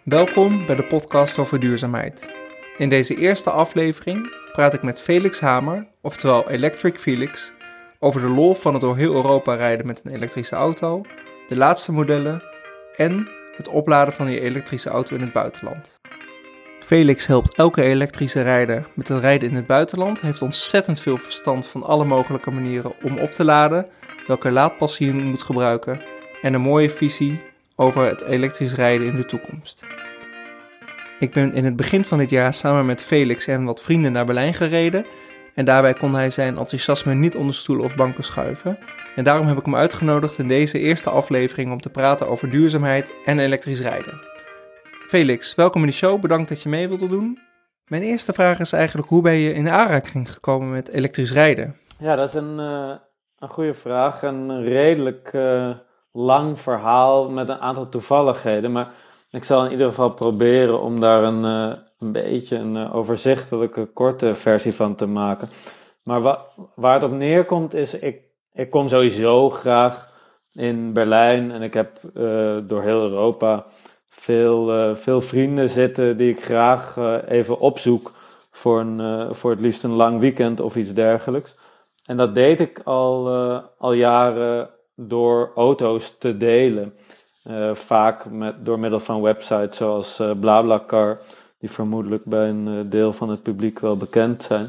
Welkom bij de podcast over duurzaamheid. In deze eerste aflevering praat ik met Felix Hamer, oftewel Electric Felix, over de lol van het door heel Europa rijden met een elektrische auto, de laatste modellen en het opladen van je elektrische auto in het buitenland. Felix helpt elke elektrische rijder met het rijden in het buitenland, heeft ontzettend veel verstand van alle mogelijke manieren om op te laden, welke laadpassen je moet gebruiken en een mooie visie over het elektrisch rijden in de toekomst. Ik ben in het begin van dit jaar samen met Felix en wat vrienden naar Berlijn gereden en daarbij kon hij zijn enthousiasme niet onder stoelen of banken schuiven. En daarom heb ik hem uitgenodigd in deze eerste aflevering om te praten over duurzaamheid en elektrisch rijden. Felix, welkom in de show, bedankt dat je mee wilde doen. Mijn eerste vraag is eigenlijk, hoe ben je in aanraking gekomen met elektrisch rijden? Ja, dat is een goede vraag. Een redelijk lang verhaal met een aantal toevalligheden. Maar ik zal in ieder geval proberen om daar een beetje een overzichtelijke, korte versie van te maken. Maar waar het op neerkomt is, ik kom sowieso graag in Berlijn. En ik heb door heel Europa veel vrienden zitten die ik graag even opzoek voor het liefst een lang weekend of iets dergelijks. En dat deed ik al jaren door auto's te delen. Vaak door middel van websites zoals BlaBlaCar, die vermoedelijk bij een deel van het publiek wel bekend zijn.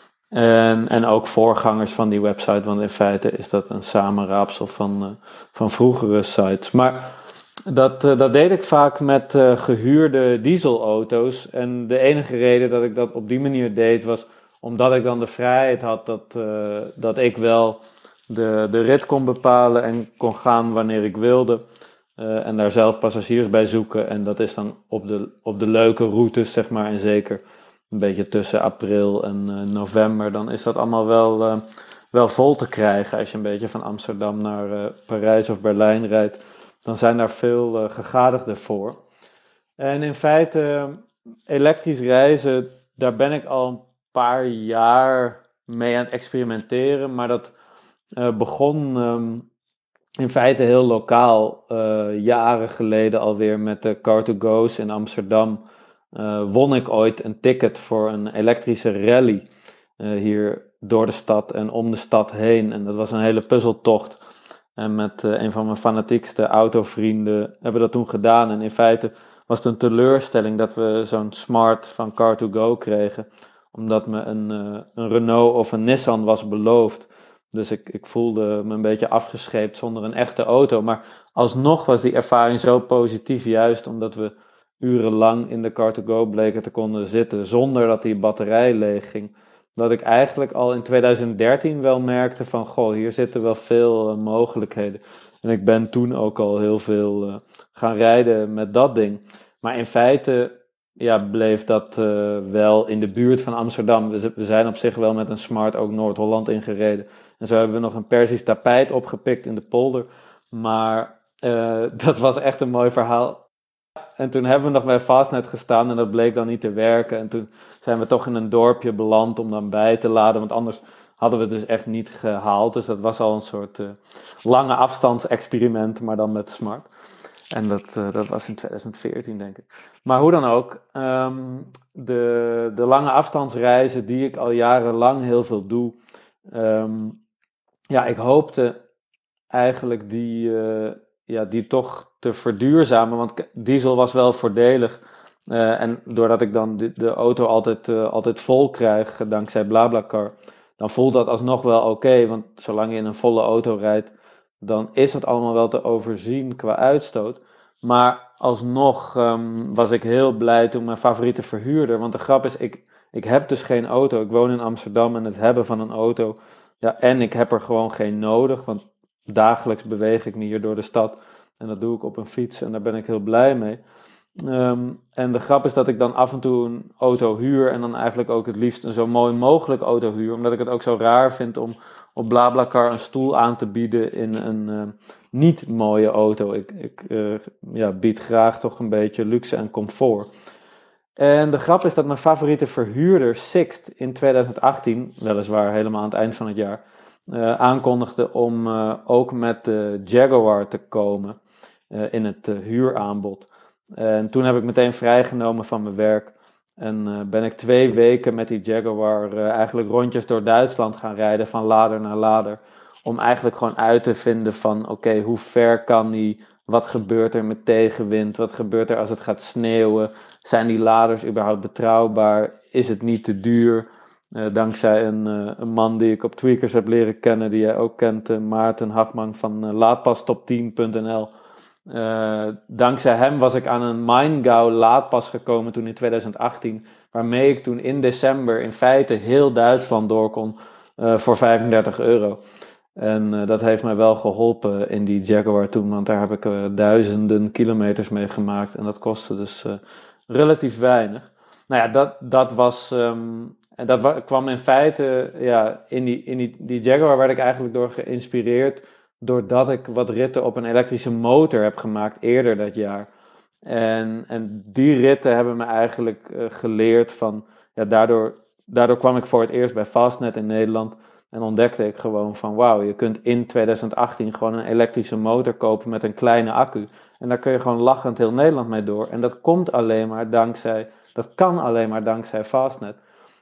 En ook voorgangers van die website, want in feite is dat een samenraapsel van vroegere sites. Maar dat deed ik vaak met gehuurde dieselauto's. En de enige reden dat ik dat op die manier deed was omdat ik dan de vrijheid had dat ik wel de rit kon bepalen en kon gaan wanneer ik wilde. En daar zelf passagiers bij zoeken. En dat is dan op de leuke routes, zeg maar. En zeker een beetje tussen april en november. Dan is dat allemaal wel vol te krijgen. Als je een beetje van Amsterdam naar Parijs of Berlijn rijdt. Dan zijn daar veel gegadigden voor. En in feite, elektrisch reizen, daar ben ik al een paar jaar mee aan het experimenteren. Maar dat begon in feite heel lokaal. Jaren geleden alweer met de Car2Go's in Amsterdam won ik ooit een ticket voor een elektrische rally. Hier door de stad en om de stad heen. En dat was een hele puzzeltocht. En met een van mijn fanatiekste autovrienden hebben we dat toen gedaan. En in feite was het een teleurstelling dat we zo'n Smart van Car2Go kregen. Omdat me een Renault of een Nissan was beloofd. Dus ik voelde me een beetje afgescheept zonder een echte auto. Maar alsnog was die ervaring zo positief. Juist omdat we urenlang in de Car2Go bleken te konden zitten. Zonder dat die batterij leeg ging. Dat ik eigenlijk al in 2013 wel merkte van, goh, hier zitten wel veel mogelijkheden. En ik ben toen ook al heel veel gaan rijden met dat ding. Maar in feite bleef dat wel in de buurt van Amsterdam. We zijn op zich wel met een Smart ook Noord-Holland ingereden. En zo hebben we nog een Persisch tapijt opgepikt in de polder. Maar dat was echt een mooi verhaal. En toen hebben we nog bij Fastnet gestaan en dat bleek dan niet te werken. En toen zijn we toch in een dorpje beland om dan bij te laden. Want anders hadden we het dus echt niet gehaald. Dus dat was al een soort lange afstandsexperiment, maar dan met Smart. En dat was in 2014, denk ik. Maar hoe dan ook, de lange afstandsreizen die ik al jarenlang heel veel doe. Ik hoopte eigenlijk die toch te verduurzamen, want diesel was wel voordelig. En doordat ik dan de auto altijd vol krijg, dankzij BlaBlaCar, dan voelt dat alsnog wel oké, want zolang je in een volle auto rijdt, dan is het allemaal wel te overzien qua uitstoot. Maar alsnog was ik heel blij toen mijn favoriete verhuurder, want de grap is, ik heb dus geen auto, ik woon in Amsterdam en het hebben van een auto, en ik heb er gewoon geen nodig, want dagelijks beweeg ik me hier door de stad. En dat doe ik op een fiets en daar ben ik heel blij mee. En de grap is dat ik dan af en toe een auto huur. En dan eigenlijk ook het liefst een zo mooi mogelijk auto huur. Omdat ik het ook zo raar vind om op BlaBlaCar een stoel aan te bieden in een niet mooie auto. Ik bied graag toch een beetje luxe en comfort. En de grap is dat mijn favoriete verhuurder, Sixt, in 2018, weliswaar helemaal aan het eind van het jaar, aankondigde om ook met de Jaguar te komen in het huuraanbod. En toen heb ik meteen vrijgenomen van mijn werk. En ben ik 2 weken met die Jaguar eigenlijk rondjes door Duitsland gaan rijden, van lader naar lader. Om eigenlijk gewoon uit te vinden van, oké, hoe ver kan die? Wat gebeurt er met tegenwind? Wat gebeurt er als het gaat sneeuwen? Zijn die laders überhaupt betrouwbaar? Is het niet te duur? Dankzij een man die ik op Tweakers heb leren kennen, die jij ook kent, Maarten Hagman van laadpastop10.nl. Dankzij hem was ik aan een Maingau laadpas gekomen toen in 2018, waarmee ik toen in december in feite heel Duitsland door kon voor €35. En dat heeft mij wel geholpen in die Jaguar toen, want daar heb ik duizenden kilometers mee gemaakt en dat kostte dus relatief weinig. Nou ja, dat was, en dat kwam in feite, ja, in die Jaguar werd ik eigenlijk door geïnspireerd, doordat ik wat ritten op een elektrische motor heb gemaakt eerder dat jaar. En die ritten hebben me eigenlijk geleerd van, ja, daardoor kwam ik voor het eerst bij Fastnet in Nederland en ontdekte ik gewoon van, wauw, je kunt in 2018 gewoon een elektrische motor kopen met een kleine accu. En daar kun je gewoon lachend heel Nederland mee door. En dat kan alleen maar dankzij Fastnet.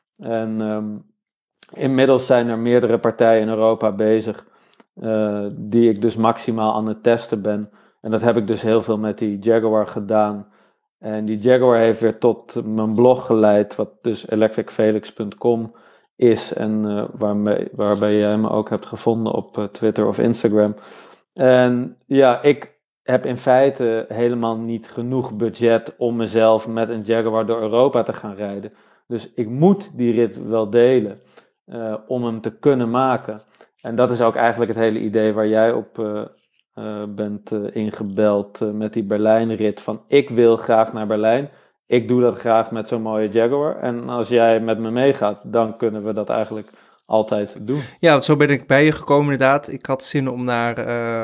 En inmiddels zijn er meerdere partijen in Europa bezig, die ik dus maximaal aan het testen ben. En dat heb ik dus heel veel met die Jaguar gedaan. En die Jaguar heeft weer tot mijn blog geleid, wat dus electricfelix.com is. En waarbij jij me ook hebt gevonden op Twitter of Instagram. En ja, ik heb in feite helemaal niet genoeg budget om mezelf met een Jaguar door Europa te gaan rijden. Dus ik moet die rit wel delen om hem te kunnen maken. En dat is ook eigenlijk het hele idee waar jij op bent ingebeld met die Berlijnrit. Van, ik wil graag naar Berlijn. Ik doe dat graag met zo'n mooie Jaguar. En als jij met me meegaat, dan kunnen we dat eigenlijk altijd doen. Ja, want zo ben ik bij je gekomen inderdaad. Ik had zin om naar...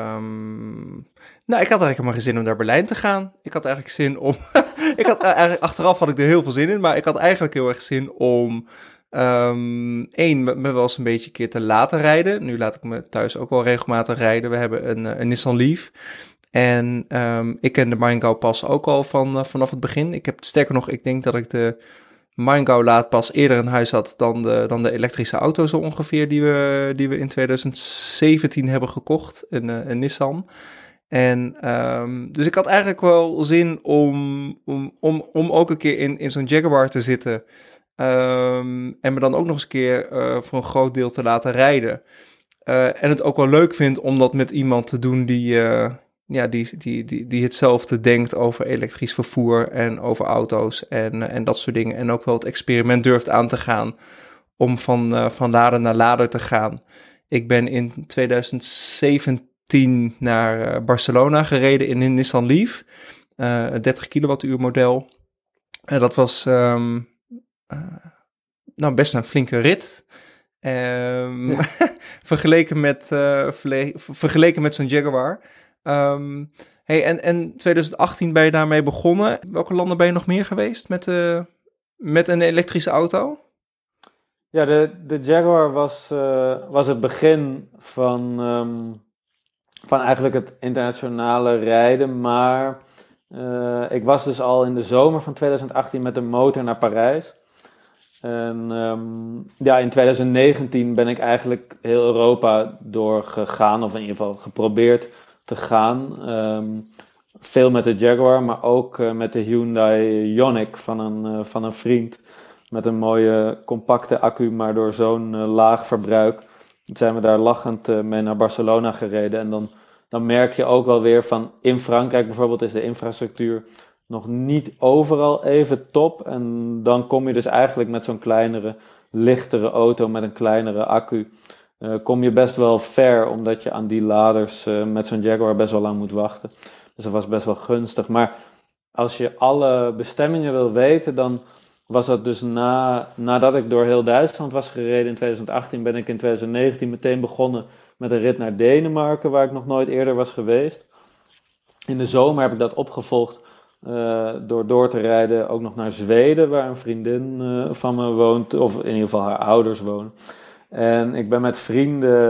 Nou, ik had eigenlijk helemaal geen zin om naar Berlijn te gaan. Ik had eigenlijk zin om... Achteraf had ik er heel veel zin in, maar ik had eigenlijk heel erg zin om... me wel eens een beetje een keer te laten rijden. Nu laat ik me thuis ook wel regelmatig rijden. We hebben een Nissan Leaf. En ik ken de Maingau pas ook al vanaf het begin. Sterker nog, ik denk dat ik de Maingau laadpas eerder in huis had dan de elektrische auto zo ongeveer die we in 2017 hebben gekocht. Een Nissan. En dus ik had eigenlijk wel zin om ook een keer in zo'n Jaguar te zitten. En me dan ook nog eens een keer voor een groot deel te laten rijden. En het ook wel leuk vind om dat met iemand te doen die hetzelfde denkt over elektrisch vervoer en over auto's en dat soort dingen. En ook wel het experiment durft aan te gaan om van lader naar lader te gaan. Ik ben in 2017 naar Barcelona gereden in een Nissan Leaf. Een 30 kilowattuur model. En dat was best een flinke rit. Vergeleken met zo'n Jaguar. En 2018 ben je daarmee begonnen. Welke landen ben je nog meer geweest met een elektrische auto? Ja, de Jaguar was het begin van eigenlijk het internationale rijden. Maar ik was dus al in de zomer van 2018 met een motor naar Parijs. En in 2019 ben ik eigenlijk heel Europa doorgegaan, of in ieder geval geprobeerd te gaan. Veel met de Jaguar, maar ook met de Hyundai Ioniq van een vriend. Met een mooie compacte accu, maar door zo'n laag verbruik. Zijn we daar lachend mee naar Barcelona gereden. En dan merk je ook wel weer van, in Frankrijk bijvoorbeeld is de infrastructuur nog niet overal even top. En dan kom je dus eigenlijk met zo'n kleinere, lichtere auto met een kleinere accu. Kom je best wel ver, omdat je aan die laders met zo'n Jaguar best wel lang moet wachten. Dus dat was best wel gunstig. Maar als je alle bestemmingen wil weten, dan was dat dus nadat ik door heel Duitsland was gereden in 2018, ben ik in 2019 meteen begonnen met een rit naar Denemarken, waar ik nog nooit eerder was geweest. In de zomer heb ik dat opgevolgd door te rijden ook nog naar Zweden, waar een vriendin van me woont, of in ieder geval haar ouders wonen. En ik ben met vrienden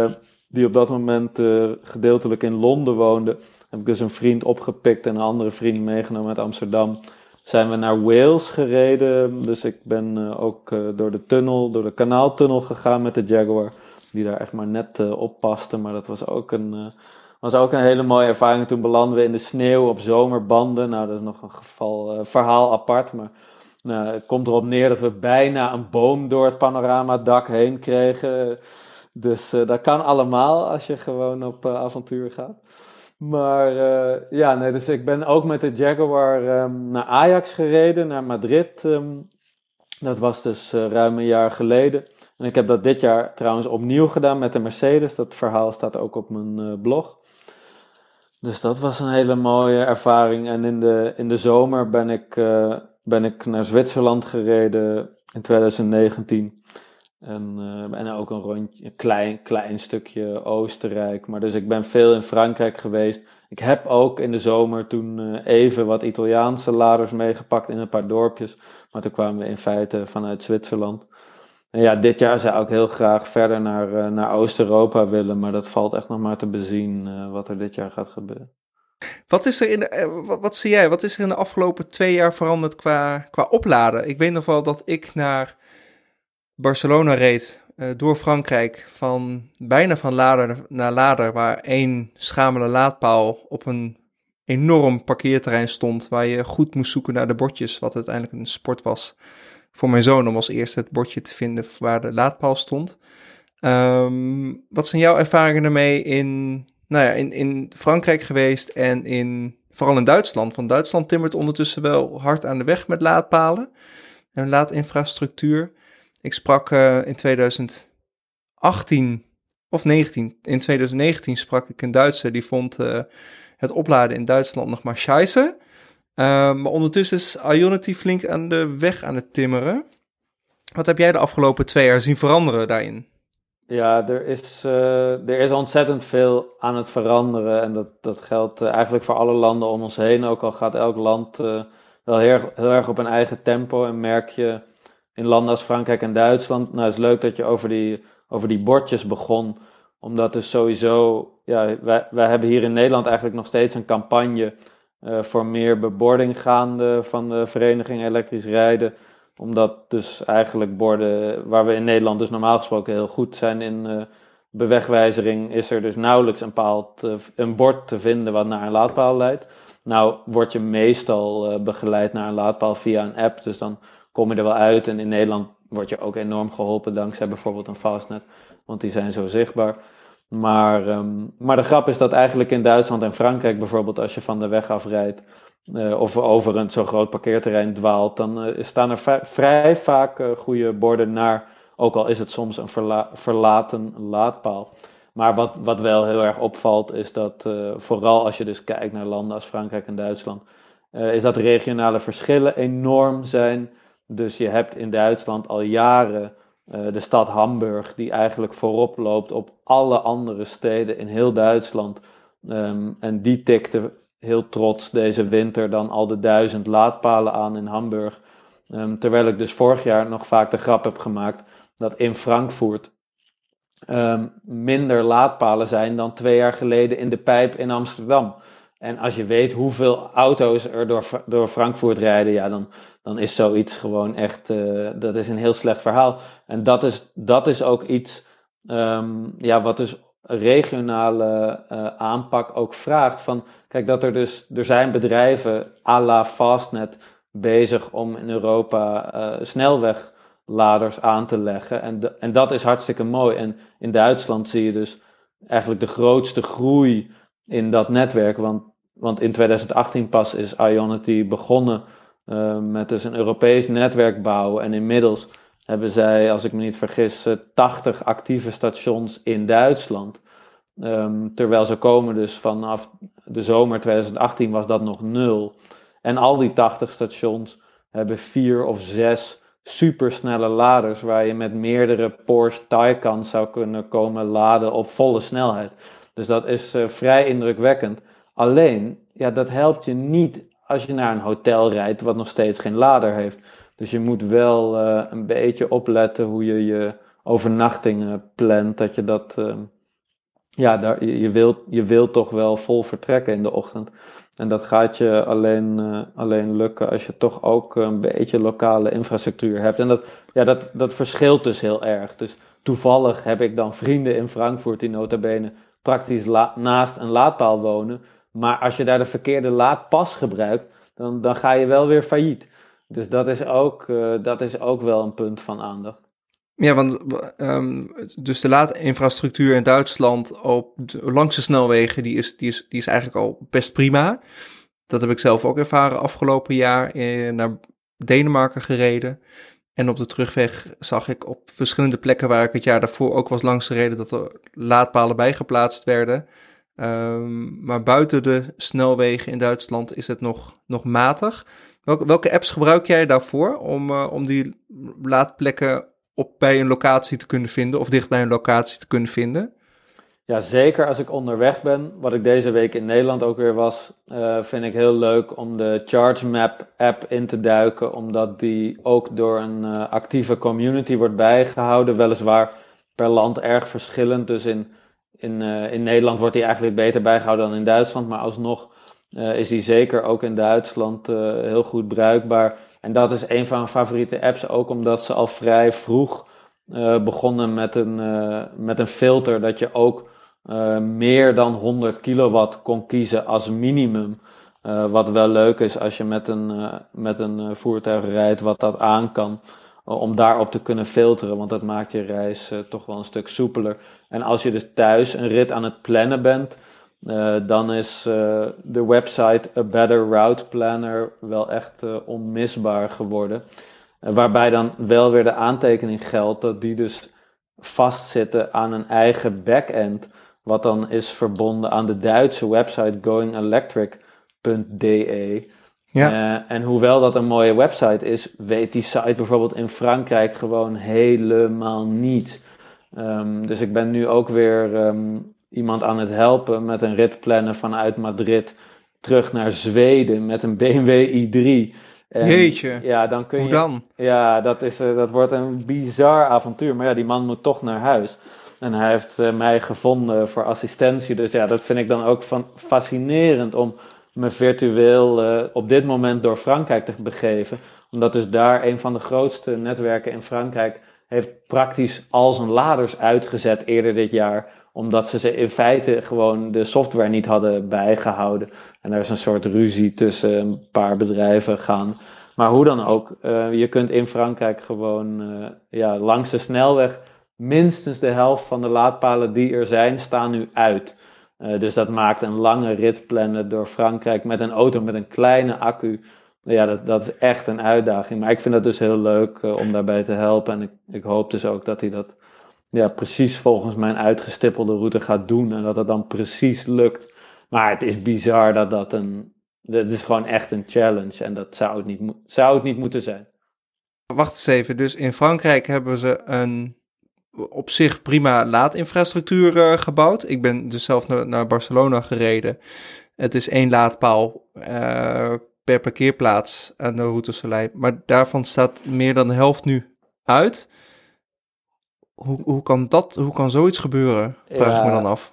die op dat moment gedeeltelijk in Londen woonde, heb ik dus een vriend opgepikt en een andere vriend meegenomen uit Amsterdam. Zijn we naar Wales gereden, dus ik ben ook door de kanaaltunnel gegaan met de Jaguar, die daar echt maar net op paste, maar dat was ook een hele mooie ervaring. Toen belanden we in de sneeuw op zomerbanden, nou dat is nog een verhaal apart, maar het komt erop neer dat we bijna een boom door het panoramadak heen kregen. Dus dat kan allemaal als je gewoon op avontuur gaat. Maar dus ik ben ook met de Jaguar naar Ajax gereden, naar Madrid. Dat was dus ruim een jaar geleden. En ik heb dat dit jaar trouwens opnieuw gedaan met de Mercedes. Dat verhaal staat ook op mijn blog. Dus dat was een hele mooie ervaring. En in de zomer ben ik naar Zwitserland gereden in 2019. En ook een rondje, een klein stukje Oostenrijk. Maar dus ik ben veel in Frankrijk geweest. Ik heb ook in de zomer toen even wat Italiaanse laders meegepakt in een paar dorpjes. Maar toen kwamen we in feite vanuit Zwitserland. En ja, dit jaar zou ik heel graag verder naar Oost-Europa willen. Maar dat valt echt nog maar te bezien wat er dit jaar gaat gebeuren. Wat zie jij? Wat is er in de afgelopen 2 jaar veranderd qua opladen? Ik weet nog wel dat ik naar Barcelona reed door Frankrijk bijna van lader naar lader, waar 1 schamele laadpaal op een enorm parkeerterrein stond, waar je goed moest zoeken naar de bordjes, wat uiteindelijk een sport was voor mijn zoon om als eerste het bordje te vinden waar de laadpaal stond. Wat zijn jouw ervaringen ermee in Frankrijk geweest en vooral in Duitsland? Want Duitsland timmert ondertussen wel hard aan de weg met laadpalen en laadinfrastructuur. Ik sprak in 2018 of 19. In 2019 sprak ik een Duitser die vond het opladen in Duitsland nog maar scheisse. Maar ondertussen is Ionity flink aan de weg aan het timmeren. Wat heb jij de afgelopen 2 jaar zien veranderen daarin? Ja, er is ontzettend veel aan het veranderen. En dat geldt eigenlijk voor alle landen om ons heen. Ook al gaat elk land wel heel erg op een eigen tempo. En merk je in landen als Frankrijk en Duitsland. Nou, het is leuk dat je over die bordjes begon. Omdat dus sowieso, ja, wij hebben hier in Nederland eigenlijk nog steeds een campagne voor meer bebording gaande van de Vereniging Elektrisch Rijden. Omdat dus eigenlijk borden, waar we in Nederland dus normaal gesproken heel goed zijn in bewegwijzering, is er dus nauwelijks een bord te vinden wat naar een laadpaal leidt. Nou word je meestal begeleid naar een laadpaal via een app, dus dan kom je er wel uit. En in Nederland word je ook enorm geholpen dankzij bijvoorbeeld een Fastnet, want die zijn zo zichtbaar. Maar de grap is dat eigenlijk in Duitsland en Frankrijk bijvoorbeeld, als je van de weg afrijdt, of over een zo groot parkeerterrein dwaalt, dan staan er vrij vaak goede borden naar, ook al is het soms een verlaten laadpaal. Maar wat wel heel erg opvalt is dat, vooral als je dus kijkt naar landen als Frankrijk en Duitsland, is dat regionale verschillen enorm zijn. Dus je hebt in Duitsland al jaren de stad Hamburg, die eigenlijk voorop loopt op alle andere steden in heel Duitsland. En die tikte heel trots deze winter dan al de 1000 laadpalen aan in Hamburg. Terwijl ik dus vorig jaar nog vaak de grap heb gemaakt dat in Frankfurt minder laadpalen zijn dan 2 jaar geleden in de Pijp in Amsterdam. En als je weet hoeveel auto's er door Frankfurt rijden, ja, dan is zoiets gewoon echt, dat is een heel slecht verhaal. En dat is ook iets wat dus regionale aanpak ook vraagt. Van, kijk, er zijn bedrijven à la Fastnet bezig om in Europa snelwegladers aan te leggen. En dat is hartstikke mooi. En in Duitsland zie je dus eigenlijk de grootste groei in dat netwerk. Want in 2018 pas is Ionity begonnen met dus een Europees netwerk bouwen. En inmiddels hebben zij, als ik me niet vergis, 80 actieve stations in Duitsland. Terwijl ze komen dus vanaf de zomer 2018 was dat nog 0. En al die 80 stations hebben 4 of 6 supersnelle laders waar je met meerdere Porsche Taycans zou kunnen komen laden op volle snelheid. Dus dat is vrij indrukwekkend. Alleen, ja, dat helpt je niet als je naar een hotel rijdt wat nog steeds geen lader heeft. Dus je moet wel een beetje opletten hoe je je overnachtingen plant, dat je ja, je wilt toch wel vol vertrekken in de ochtend. En dat gaat je alleen lukken als je toch ook een beetje lokale infrastructuur hebt. En dat verschilt dus heel erg. Dus toevallig heb ik dan vrienden in Frankfurt die nota bene praktisch naast een laadpaal wonen. Maar als je daar de verkeerde laadpas gebruikt, dan ga je wel weer failliet. Dus dat is ook wel een punt van aandacht. Ja, want dus de laadinfrastructuur in Duitsland langs de snelwegen, die is eigenlijk al best prima. Dat heb ik zelf ook ervaren afgelopen jaar naar Denemarken gereden. En op de terugweg zag ik op verschillende plekken waar ik het jaar daarvoor ook was langs gereden, dat er laadpalen bijgeplaatst werden. Maar buiten de snelwegen in Duitsland is het nog matig. Welke apps gebruik jij daarvoor om die laadplekken bij een locatie te kunnen vinden of dicht bij een locatie te kunnen vinden? Ja, zeker als ik onderweg ben, wat ik deze week in Nederland ook weer was, vind ik heel leuk om de ChargeMap app in te duiken, omdat die ook door een actieve community wordt bijgehouden, weliswaar per land erg verschillend. Dus in Nederland wordt die eigenlijk beter bijgehouden dan in Duitsland, maar alsnog is die zeker ook in Duitsland heel goed bruikbaar. En dat is een van mijn favoriete apps, ook omdat ze al vrij vroeg begonnen met een filter dat je ook meer dan 100 kilowatt kon kiezen als minimum. Wat wel leuk is als je met een voertuig rijdt wat dat aan kan. Om daarop te kunnen filteren, want dat maakt je reis toch wel een stuk soepeler. En als je dus thuis een rit aan het plannen bent, dan is de website A Better Route Planner wel echt onmisbaar geworden. Waarbij dan wel weer de aantekening geldt dat die dus vastzitten aan een eigen backend, wat dan is verbonden aan de Duitse website goingelectric.de. Ja. En hoewel dat een mooie website is, weet die site bijvoorbeeld in Frankrijk gewoon helemaal niet. Dus ik ben nu ook weer iemand aan het helpen met een rit plannen vanuit Madrid terug naar Zweden met een BMW i3. En, jeetje, ja, dan kun je, hoe dan? Ja, dat wordt een bizar avontuur. Maar ja, die man moet toch naar huis. En hij heeft mij gevonden voor assistentie. Dus ja, dat vind ik dan ook fascinerend om me virtueel op dit moment door Frankrijk te begeven. Omdat dus daar een van de grootste netwerken in Frankrijk heeft praktisch al zijn laders uitgezet eerder dit jaar. Omdat ze in feite gewoon de software niet hadden bijgehouden. En er is een soort ruzie tussen een paar bedrijven gaan. Maar hoe dan ook, je kunt in Frankrijk gewoon langs de snelweg minstens de helft van de laadpalen die er zijn, staan nu uit. Dus dat maakt een lange rit plannen door Frankrijk met een auto met een kleine accu. Ja, dat is echt een uitdaging. Maar ik vind het dus heel leuk om daarbij te helpen. En ik hoop dus ook dat hij dat precies volgens mijn uitgestippelde route gaat doen. En dat het dan precies lukt. Maar het is bizar dat is gewoon echt een challenge. En dat zou het niet moeten zijn. Wacht eens even. Dus in Frankrijk hebben ze een op zich prima laadinfrastructuur gebouwd. Ik ben dus zelf naar Barcelona gereden. Het is 1 laadpaal per parkeerplaats aan de Route Soleil. Maar daarvan staat meer dan de helft nu uit. Hoe kan zoiets gebeuren? Vraag ik me dan af.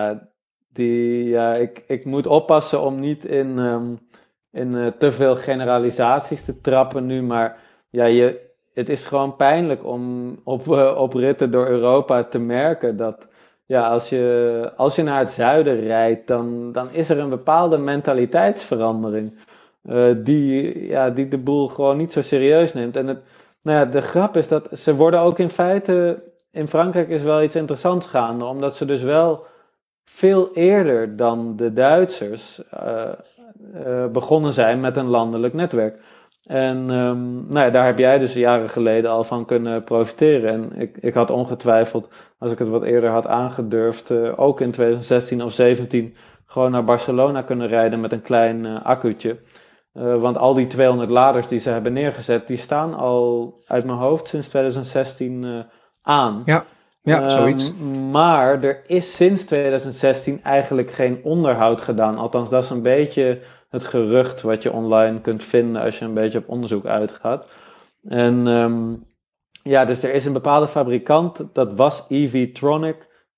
Ik moet oppassen om niet in te veel generalisaties te trappen nu. Maar ja, het is gewoon pijnlijk om op ritten door Europa te merken dat als je naar het zuiden rijdt, dan is er een bepaalde mentaliteitsverandering die de boel gewoon niet zo serieus neemt. En de grap is dat ze worden ook in feite, in Frankrijk is wel iets interessants gaande, omdat ze dus wel veel eerder dan de Duitsers begonnen zijn met een landelijk netwerk. En daar heb jij dus jaren geleden al van kunnen profiteren. En ik had ongetwijfeld, als ik het wat eerder had aangedurfd, ook in 2016 of 2017 gewoon naar Barcelona kunnen rijden met een klein accu'tje. Want al die 200 laders die ze hebben neergezet, die staan al uit mijn hoofd sinds 2016 aan. Ja, zoiets. Maar er is sinds 2016 eigenlijk geen onderhoud gedaan. Althans, dat is een beetje het gerucht wat je online kunt vinden als je een beetje op onderzoek uitgaat. En dus er is een bepaalde fabrikant, dat was EVtronic.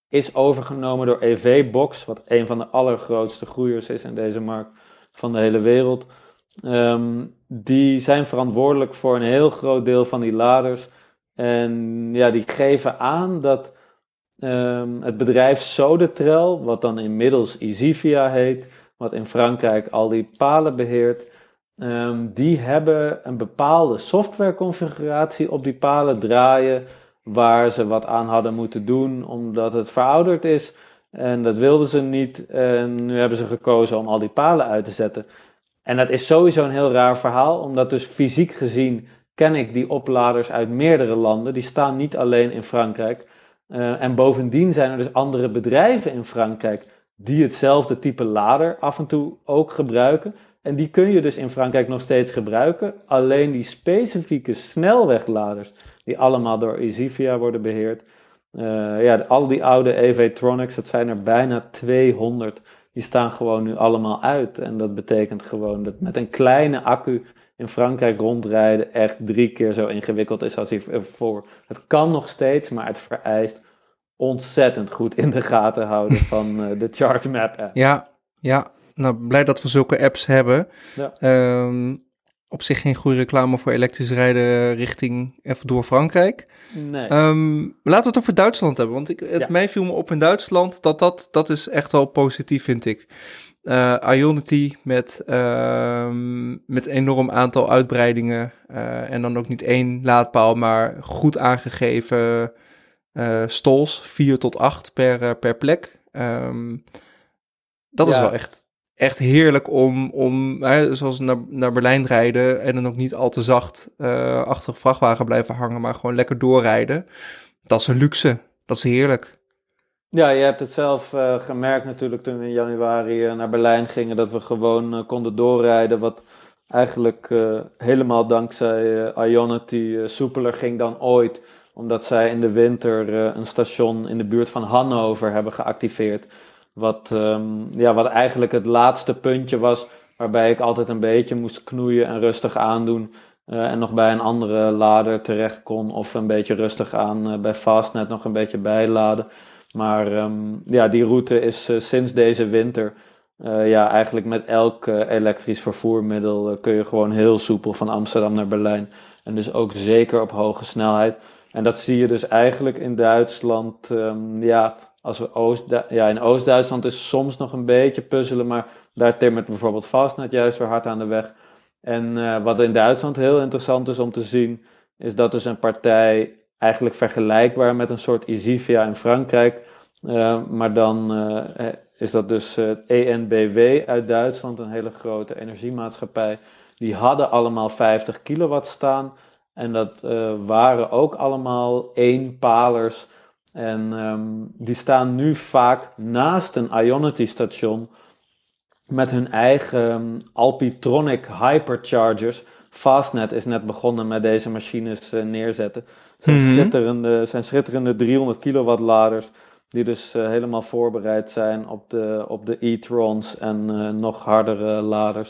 is overgenomen door EVBox, wat een van de allergrootste groeiers is in deze markt van de hele wereld. Die zijn verantwoordelijk voor een heel groot deel van die laders. En ja, die geven aan dat het bedrijf Sodetrel, wat dan inmiddels Isivia heet, wat in Frankrijk al die palen beheert, die hebben een bepaalde softwareconfiguratie op die palen draaien, waar ze wat aan hadden moeten doen, omdat het verouderd is. En dat wilden ze niet. En nu hebben ze gekozen om al die palen uit te zetten. En dat is sowieso een heel raar verhaal, omdat dus fysiek gezien ken ik die opladers uit meerdere landen. Die staan niet alleen in Frankrijk. En bovendien zijn er dus andere bedrijven in Frankrijk die hetzelfde type lader af en toe ook gebruiken. En die kun je dus in Frankrijk nog steeds gebruiken. Alleen die specifieke snelwegladers, die allemaal door Isivia worden beheerd. Al die oude EV-tronics, dat zijn er bijna 200. Die staan gewoon nu allemaal uit. En dat betekent gewoon dat met een kleine accu in Frankrijk rondrijden echt 3 keer zo ingewikkeld is als hiervoor. Het kan nog steeds, maar het vereist ontzettend goed in de gaten houden van de ChargeMap app. Ja, nou blij dat we zulke apps hebben. Ja. Op zich geen goede reclame voor elektrisch rijden richting even door Frankrijk. Nee. Laten we het over Duitsland hebben, want mij viel me op in Duitsland dat is echt wel positief, vind ik. Ionity met enorm aantal uitbreidingen en dan ook niet 1 laadpaal, maar goed aangegeven stalls, 4 tot 8 per plek. Dat is wel echt heerlijk om zoals naar Berlijn rijden en dan ook niet al te zacht achter een vrachtwagen blijven hangen, maar gewoon lekker doorrijden. Dat is een luxe. Dat is heerlijk. Ja, je hebt het zelf gemerkt natuurlijk toen we in januari naar Berlijn gingen, dat we gewoon konden doorrijden, wat eigenlijk helemaal dankzij Ionity soepeler ging dan ooit, omdat zij in de winter een station in de buurt van Hannover hebben geactiveerd. Wat eigenlijk het laatste puntje was, waarbij ik altijd een beetje moest knoeien en rustig aandoen. En nog bij een andere lader terecht kon, of een beetje rustig aan bij Fastnet nog een beetje bijladen. Maar die route is sinds deze winter, eigenlijk met elk elektrisch vervoermiddel kun je gewoon heel soepel van Amsterdam naar Berlijn. En dus ook zeker op hoge snelheid. En dat zie je dus eigenlijk in Duitsland, als we in Oost-Duitsland is soms nog een beetje puzzelen, maar daar timmert bijvoorbeeld Fastnet juist weer hard aan de weg. En wat in Duitsland heel interessant is om te zien, is dat dus een partij eigenlijk vergelijkbaar met een soort Isivia in Frankrijk, maar dan is dat dus ENBW uit Duitsland, een hele grote energiemaatschappij. Die hadden allemaal 50 kilowatt staan en dat waren ook allemaal eenpalers. En die staan nu vaak naast een Ionity-station met hun eigen Alpitronic hyperchargers. Fastnet is net begonnen met deze machines neerzetten. Het zijn schitterende 300 kilowatt laders die dus helemaal voorbereid zijn op de e-trons en nog hardere laders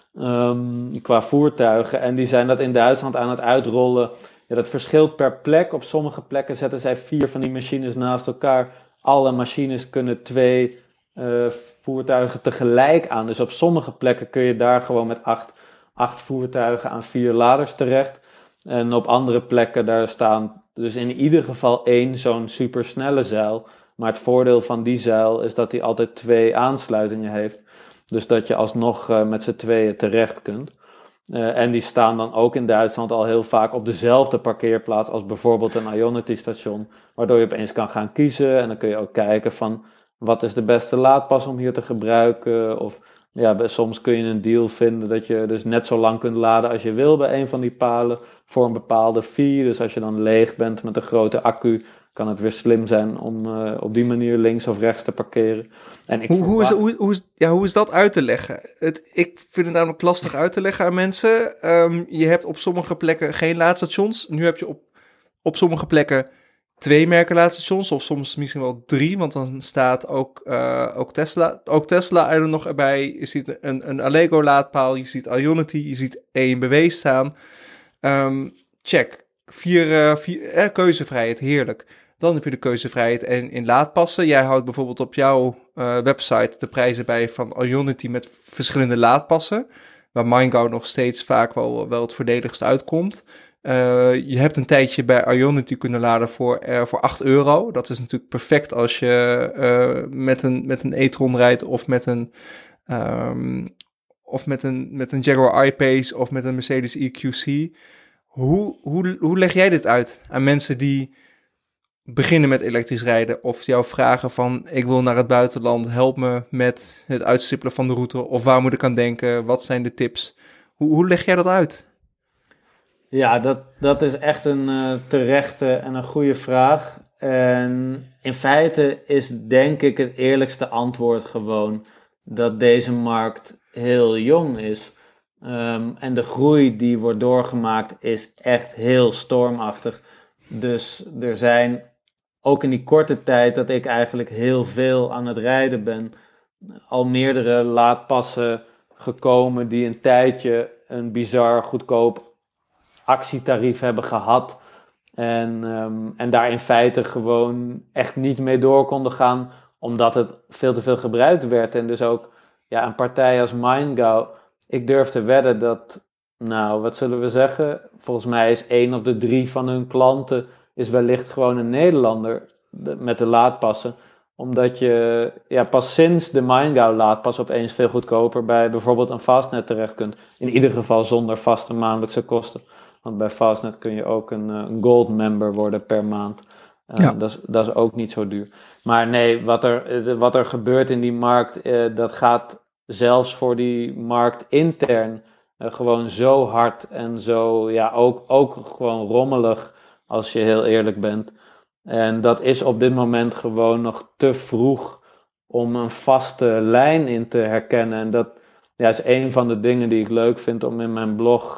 qua voertuigen. En die zijn dat in Duitsland aan het uitrollen. Ja, dat verschilt per plek. Op sommige plekken zetten zij 4 van die machines naast elkaar. Alle machines kunnen 2 voertuigen tegelijk aan. Dus op sommige plekken kun je daar gewoon met 8 voertuigen aan 4 laders terecht. En op andere plekken daar staan dus in ieder geval 1 zo'n supersnelle zuil. Maar het voordeel van die zuil is dat die altijd 2 aansluitingen heeft. Dus dat je alsnog met z'n tweeën terecht kunt. En die staan dan ook in Duitsland al heel vaak op dezelfde parkeerplaats als bijvoorbeeld een Ionity-station. Waardoor je opeens kan gaan kiezen en dan kun je ook kijken van wat is de beste laadpas om hier te gebruiken. Of soms kun je een deal vinden dat je dus net zo lang kunt laden als je wil bij een van die palen voor een bepaalde fee. Dus als je dan leeg bent met een grote accu, kan het weer slim zijn om op die manier links of rechts te parkeren. En hoe is dat uit te leggen? Ik vind het namelijk lastig uit te leggen aan mensen. Je hebt op sommige plekken geen laadstations. Nu heb je op sommige plekken 2 merken laadstations, of soms misschien wel 3, want dan staat ook Tesla er nog erbij. Je ziet een Allego laadpaal, je ziet Ionity, je ziet ENBW staan. Check. 4 keuzevrijheid, heerlijk. Dan heb je de keuzevrijheid en in laadpassen. Jij houdt bijvoorbeeld op jouw website de prijzen bij van Ionity met verschillende laadpassen, waar MindGo nog steeds vaak wel het voordeligst uitkomt. Je hebt een tijdje bij Ionity kunnen laden voor 8 euro. Dat is natuurlijk perfect als je met een e-tron rijdt of met een Jaguar I-Pace of met een Mercedes EQC. Hoe leg jij dit uit aan mensen die beginnen met elektrisch rijden of jou vragen van ik wil naar het buitenland, help me met het uitstippelen van de route of waar moet ik aan denken, wat zijn de tips? Hoe leg jij dat uit? Ja, dat is echt een terechte en een goede vraag. En in feite is denk ik het eerlijkste antwoord gewoon dat deze markt heel jong is. En de groei die wordt doorgemaakt is echt heel stormachtig. Dus er zijn ook in die korte tijd dat ik eigenlijk heel veel aan het rijden ben, al meerdere laadpassen gekomen die een tijdje een bizar goedkoop actietarief hebben gehad. En daar in feite gewoon echt niet mee door konden gaan, omdat het veel te veel gebruikt werd. En dus ook een partij als MindGo, ik durf te wedden dat, nou, wat zullen we zeggen? Volgens mij is 1 op de 3 van hun klanten is wellicht gewoon een Nederlander met de laadpassen. Omdat je pas sinds de MindGo laadpas opeens veel goedkoper bij bijvoorbeeld een Fastnet terecht kunt. In ieder geval zonder vaste maandelijkse kosten. Want bij Fastnet kun je ook een gold member worden per maand. Dat is ook niet zo duur. Maar nee, wat er gebeurt in die markt, dat gaat zelfs voor die markt intern gewoon zo hard en zo, ook gewoon rommelig, als je heel eerlijk bent. En dat is op dit moment gewoon nog te vroeg om een vaste lijn in te herkennen. En dat is een van de dingen die ik leuk vind om in mijn blog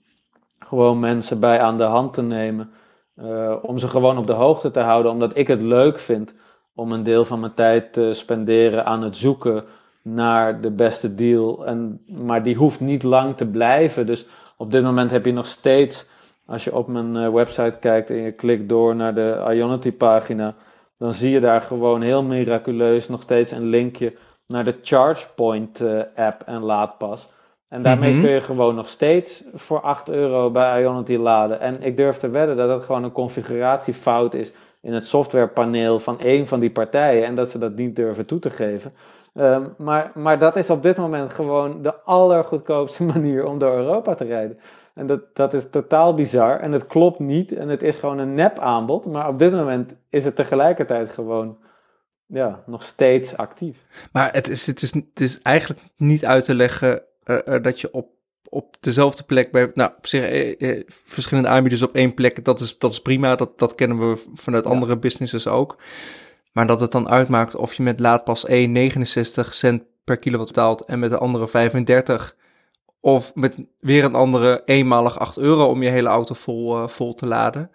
gewoon mensen bij aan de hand te nemen. Om ze gewoon op de hoogte te houden. Omdat ik het leuk vind om een deel van mijn tijd te spenderen aan het zoeken naar de beste deal. Maar die hoeft niet lang te blijven. Dus op dit moment heb je nog steeds, als je op mijn website kijkt en je klikt door naar de Ionity pagina, dan zie je daar gewoon heel miraculeus nog steeds een linkje naar de ChargePoint app en laadpas. En daarmee kun je gewoon nog steeds voor 8 euro bij Ionity laden. En ik durf te wedden dat het gewoon een configuratiefout is in het softwarepaneel van één van die partijen. En dat ze dat niet durven toe te geven. Maar dat is op dit moment gewoon de allergoedkoopste manier om door Europa te rijden. En dat is totaal bizar. En het klopt niet. En het is gewoon een nep aanbod. Maar op dit moment is het tegelijkertijd gewoon nog steeds actief. Maar het is eigenlijk niet uit te leggen dat je op dezelfde plek bij, nou, op zich, verschillende aanbieders op één plek, dat is prima. Dat kennen we vanuit andere businesses ook. Maar dat het dan uitmaakt of je met laadpas 1 69 cent per kilowatt betaalt en met de andere 35, of met weer een andere eenmalig 8 euro om je hele auto vol te laden.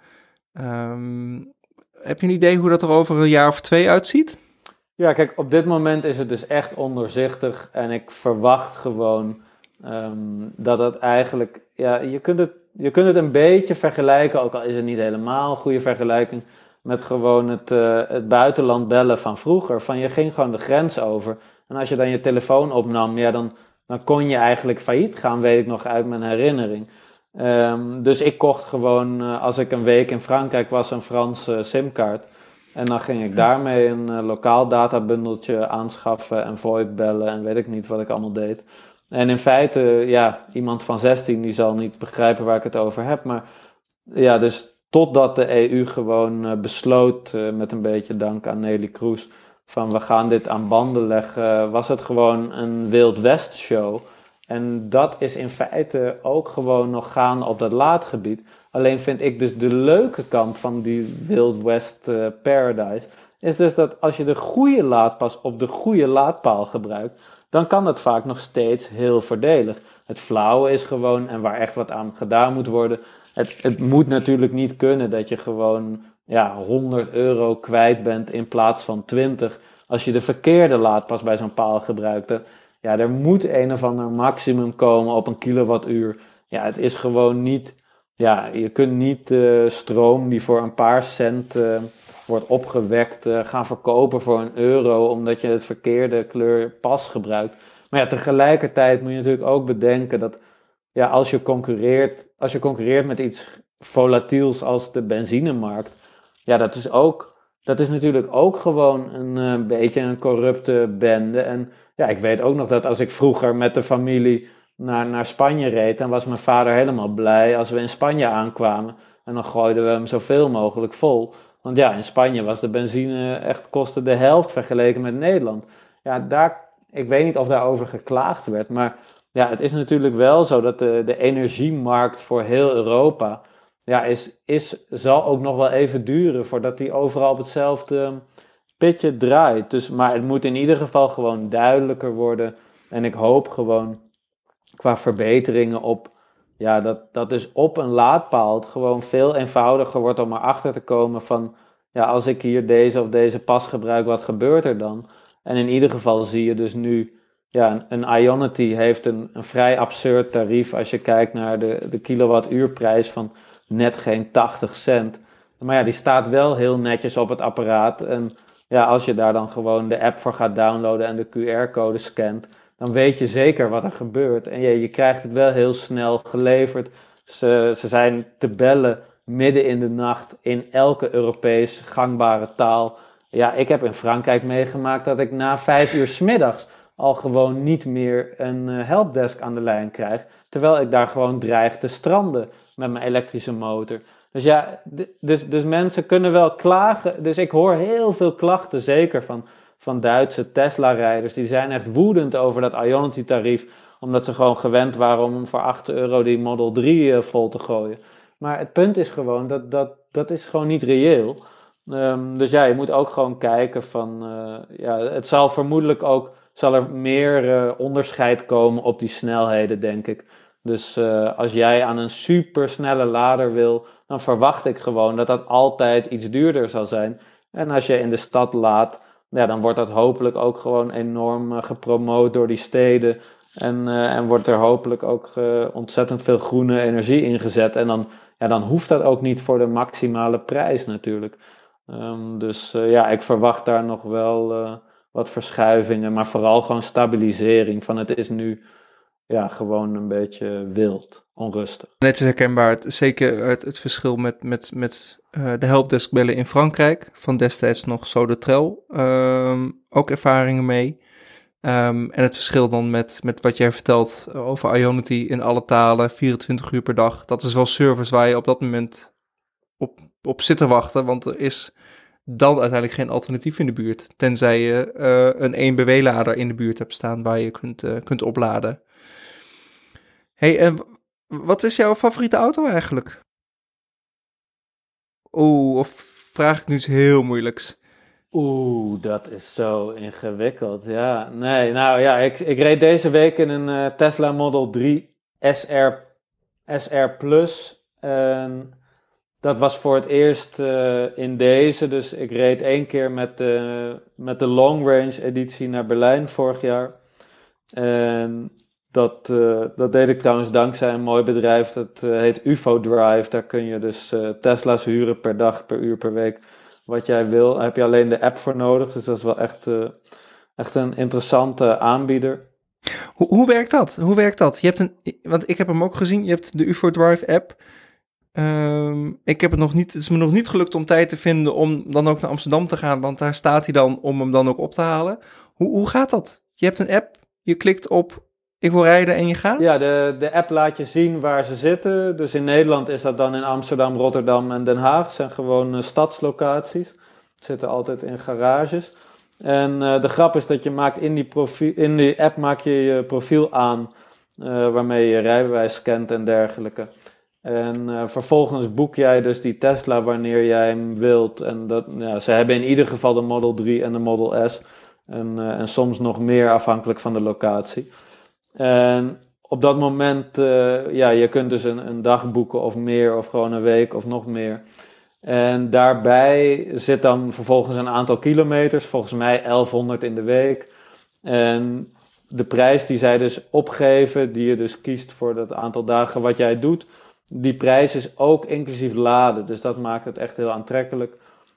Heb je een idee hoe dat er over een jaar of 2 uitziet? Ja, kijk, op dit moment is het dus echt ondoorzichtig en ik verwacht gewoon dat het eigenlijk, je kunt het een beetje vergelijken, ook al is het niet helemaal een goede vergelijking, met gewoon het buitenland bellen van vroeger. Van je ging gewoon de grens over en als je dan je telefoon opnam, dan kon je eigenlijk failliet gaan, weet ik nog uit mijn herinnering. Dus ik kocht gewoon, als ik een week in Frankrijk was, een Franse simkaart. En dan ging ik daarmee een lokaal databundeltje aanschaffen en VoIP bellen en weet ik niet wat ik allemaal deed. En in feite, iemand van 16 die zal niet begrijpen waar ik het over heb. Maar dus totdat de EU gewoon besloot, met een beetje dank aan Neelie Kroes, van we gaan dit aan banden leggen, was het gewoon een Wild West show. En dat is in feite ook gewoon nog gaande op dat laadgebied. Alleen vind ik dus de leuke kant van die Wild West Paradise, is dus dat als je de goede laadpas op de goede laadpaal gebruikt, dan kan het vaak nog steeds heel voordelig. Het flauwe is gewoon, en waar echt wat aan gedaan moet worden, het moet natuurlijk niet kunnen dat je gewoon 100 euro kwijt bent in plaats van 20 als je de verkeerde laadpas bij zo'n paal gebruikt. Er moet een of ander maximum komen op een kilowattuur. Het is gewoon niet, je kunt niet stroom die voor een paar cent wordt opgewekt, gaan verkopen voor €1 omdat je het verkeerde kleur pas gebruikt. Maar ja, tegelijkertijd moet je natuurlijk ook bedenken dat ja, als je concurreert met iets volatiels als de benzinemarkt, ja, dat is natuurlijk ook gewoon een beetje een corrupte bende. En ja, ik weet ook nog dat als ik vroeger met de familie naar Spanje reed, dan was mijn vader helemaal blij als we in Spanje aankwamen. En dan gooiden we hem zoveel mogelijk vol. Want ja, in Spanje was de benzine echt kostte de helft vergeleken met Nederland. Ja, ik weet niet of daarover geklaagd werd, maar ja, het is natuurlijk wel zo dat de energiemarkt voor heel Europa ja, zal ook nog wel even duren voordat die overal op hetzelfde pitje draait. Dus, maar het moet in ieder geval gewoon duidelijker worden. En ik hoop gewoon qua verbeteringen dat dus op een laadpaal het gewoon veel eenvoudiger wordt om erachter te komen van, ja, als ik hier deze of deze pas gebruik, wat gebeurt er dan? En in ieder geval zie je dus nu, ja, een Ionity heeft een vrij absurd tarief als je kijkt naar de kilowattuurprijs van net geen 80 cent. Maar ja, die staat wel heel netjes op het apparaat. En ja, als je daar dan gewoon de app voor gaat downloaden en de QR-code scant, dan weet je zeker wat er gebeurt. En je krijgt het wel heel snel geleverd. Ze zijn te bellen midden in de nacht in elke Europees gangbare taal. Ja, ik heb in Frankrijk meegemaakt dat ik na 5 uur 's middags al gewoon niet meer een helpdesk aan de lijn krijg. Terwijl ik daar gewoon dreig te stranden met mijn elektrische motor. Dus ja, dus mensen kunnen wel klagen. Dus ik hoor heel veel klachten, zeker van Duitse Tesla-rijders. Die zijn echt woedend over dat Ionity-tarief, omdat ze gewoon gewend waren om voor €8 die Model 3 vol te gooien. Maar het punt is gewoon, dat is gewoon niet reëel. Dus ja, je moet ook gewoon kijken van, het zal vermoedelijk ook, zal er meer onderscheid komen op die snelheden, denk ik. Dus als jij aan een supersnelle lader wil, dan verwacht ik gewoon dat dat altijd iets duurder zal zijn. En als je in de stad laadt, ja, dan wordt dat hopelijk ook gewoon enorm gepromoot door die steden. En wordt er hopelijk ook ontzettend veel groene energie ingezet. En dan hoeft dat ook niet voor de maximale prijs natuurlijk. Dus ik verwacht daar nog wel wat verschuivingen, maar vooral gewoon stabilisering. Van het is nu gewoon een beetje wild, onrustig. Net is herkenbaar, zeker het verschil met de helpdesk bellen in Frankrijk, van destijds nog Sodetrel, ook ervaringen mee. En het verschil dan met wat jij vertelt over Ionity in alle talen, 24 uur per dag. Dat is wel service waar je op dat moment op zit te wachten, want er is dan uiteindelijk geen alternatief in de buurt. Tenzij je een 1BW-lader in de buurt hebt staan waar je kunt opladen. Hey, en wat is jouw favoriete auto eigenlijk? Of vraag ik nu iets heel moeilijks? Dat is zo ingewikkeld. Ja, nee, nou ja, ik reed deze week in een Tesla Model 3 SR Plus. En dat was voor het eerst in deze. Dus ik reed 1 keer met de long range editie naar Berlijn vorig jaar. En dat deed ik trouwens dankzij een mooi bedrijf, dat heet UFO Drive. Daar kun je dus Tesla's huren per dag, per uur, per week. Wat jij wil, daar heb je alleen de app voor nodig. Dus dat is wel echt een interessante aanbieder. Hoe werkt dat? Want ik heb hem ook gezien, je hebt de UFO Drive app. Het is me nog niet gelukt om tijd te vinden om dan ook naar Amsterdam te gaan, want daar staat hij dan om hem dan ook op te halen. Hoe gaat dat? Je hebt een app, je klikt op ik wil rijden en je gaat? Ja, de app laat je zien waar ze zitten. Dus in Nederland is dat dan in Amsterdam, Rotterdam en Den Haag. Het zijn gewoon stadslocaties. Ze zitten altijd in garages. En de grap is dat je maakt in die app maak je je profiel aan, waarmee je rijbewijs scant en dergelijke. En vervolgens boek jij dus die Tesla wanneer jij hem wilt. En ze hebben in ieder geval de Model 3 en de Model S. En soms nog meer afhankelijk van de locatie. En op dat moment, je kunt dus een dag boeken of meer, of gewoon een week of nog meer. En daarbij zit dan vervolgens een aantal kilometers, volgens mij 1100 in de week. En de prijs die zij dus opgeven, die je dus kiest voor dat aantal dagen wat jij doet, die prijs is ook inclusief laden. Dus dat maakt het echt heel aantrekkelijk.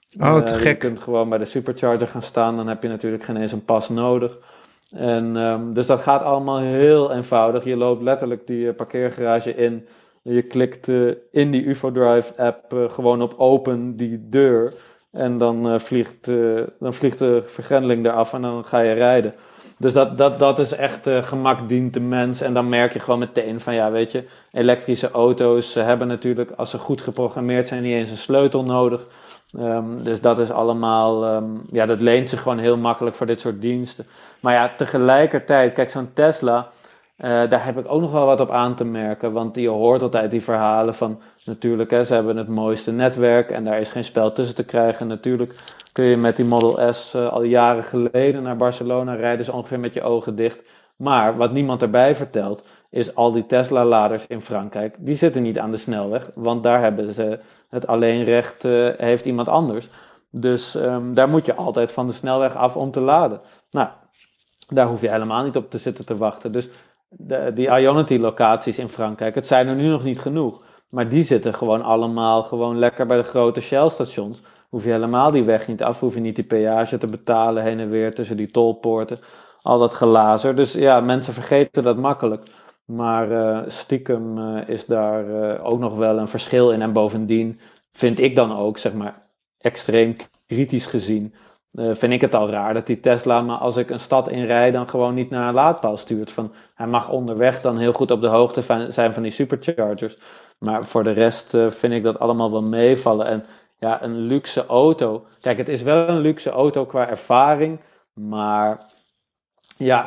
Oh, te Je gek. kunt gewoon bij de supercharger gaan staan, dan heb je natuurlijk geen eens een pas nodig. En dus dat gaat allemaal heel eenvoudig. Je loopt letterlijk die parkeergarage in. Je klikt in die UFO-Drive app gewoon op open die deur. En dan vliegt de vergrendeling eraf en dan ga je rijden. Dus dat is echt gemak dient de mens. En dan merk je gewoon meteen van ja, weet je, elektrische auto's hebben natuurlijk, als ze goed geprogrammeerd zijn, niet eens een sleutel nodig. Dus dat is allemaal, ja, dat leent zich gewoon heel makkelijk voor dit soort diensten. Maar ja, tegelijkertijd, kijk, zo'n Tesla, daar heb ik ook nog wel wat op aan te merken. Want je hoort altijd die verhalen van, natuurlijk, hè, ze hebben het mooiste netwerk en daar is geen spel tussen te krijgen. Natuurlijk kun je met die Model S al jaren geleden naar Barcelona rijden, dus ongeveer met je ogen dicht. Maar wat niemand erbij vertelt, is al die Tesla-laders in Frankrijk, die zitten niet aan de snelweg, want daar hebben ze het alleenrecht, heeft iemand anders. Dus daar moet je altijd van de snelweg af om te laden. Nou, daar hoef je helemaal niet op te zitten te wachten. Dus die Ionity-locaties in Frankrijk, het zijn er nu nog niet genoeg. Maar die zitten gewoon allemaal gewoon lekker bij de grote Shell-stations. Hoef je helemaal die weg niet af, hoef je niet die peage te betalen heen en weer tussen die tolpoorten. Al dat gelazer. Dus ja, mensen vergeten dat makkelijk. Maar stiekem is daar ook nog wel een verschil in. En bovendien vind ik dan ook, zeg maar, extreem kritisch gezien, vind ik het al raar dat die Tesla, maar als ik een stad inrijd, dan gewoon niet naar een laadpaal stuurt. Van, hij mag onderweg dan heel goed op de hoogte zijn van die superchargers. Maar voor de rest vind ik dat allemaal wel meevallen. En ja, een luxe auto. Kijk, het is wel een luxe auto qua ervaring, maar ja,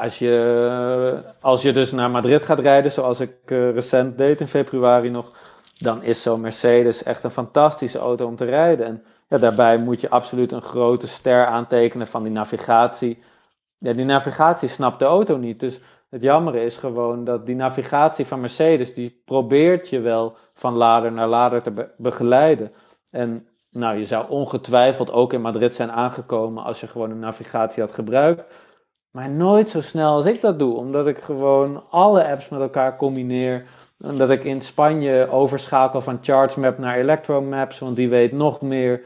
als je dus naar Madrid gaat rijden, zoals ik recent deed in februari nog, dan is zo'n Mercedes echt een fantastische auto om te rijden. En ja, daarbij moet je absoluut een grote ster aantekenen van die navigatie. Ja, die navigatie snapt de auto niet. Dus het jammere is gewoon dat die navigatie van Mercedes, die probeert je wel van lader naar lader te begeleiden. En nou, je zou ongetwijfeld ook in Madrid zijn aangekomen als je gewoon een navigatie had gebruikt. Maar nooit zo snel als ik dat doe, omdat ik gewoon alle apps met elkaar combineer. En dat ik in Spanje overschakel van ChargeMap naar Electromaps, want die weet nog meer.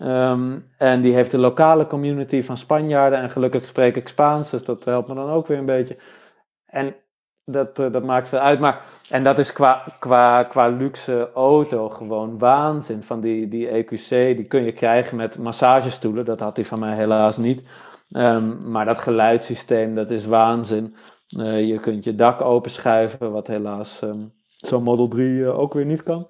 En die heeft de lokale community van Spanjaarden en gelukkig spreek ik Spaans, dus dat helpt me dan ook weer een beetje. En dat maakt veel uit. En dat is qua luxe auto gewoon waanzin. Van die EQC, die kun je krijgen met massagestoelen, dat had hij van mij helaas niet. Maar dat geluidssysteem, dat is waanzin. Je kunt je dak openschuiven, wat helaas zo'n Model 3 ook weer niet kan.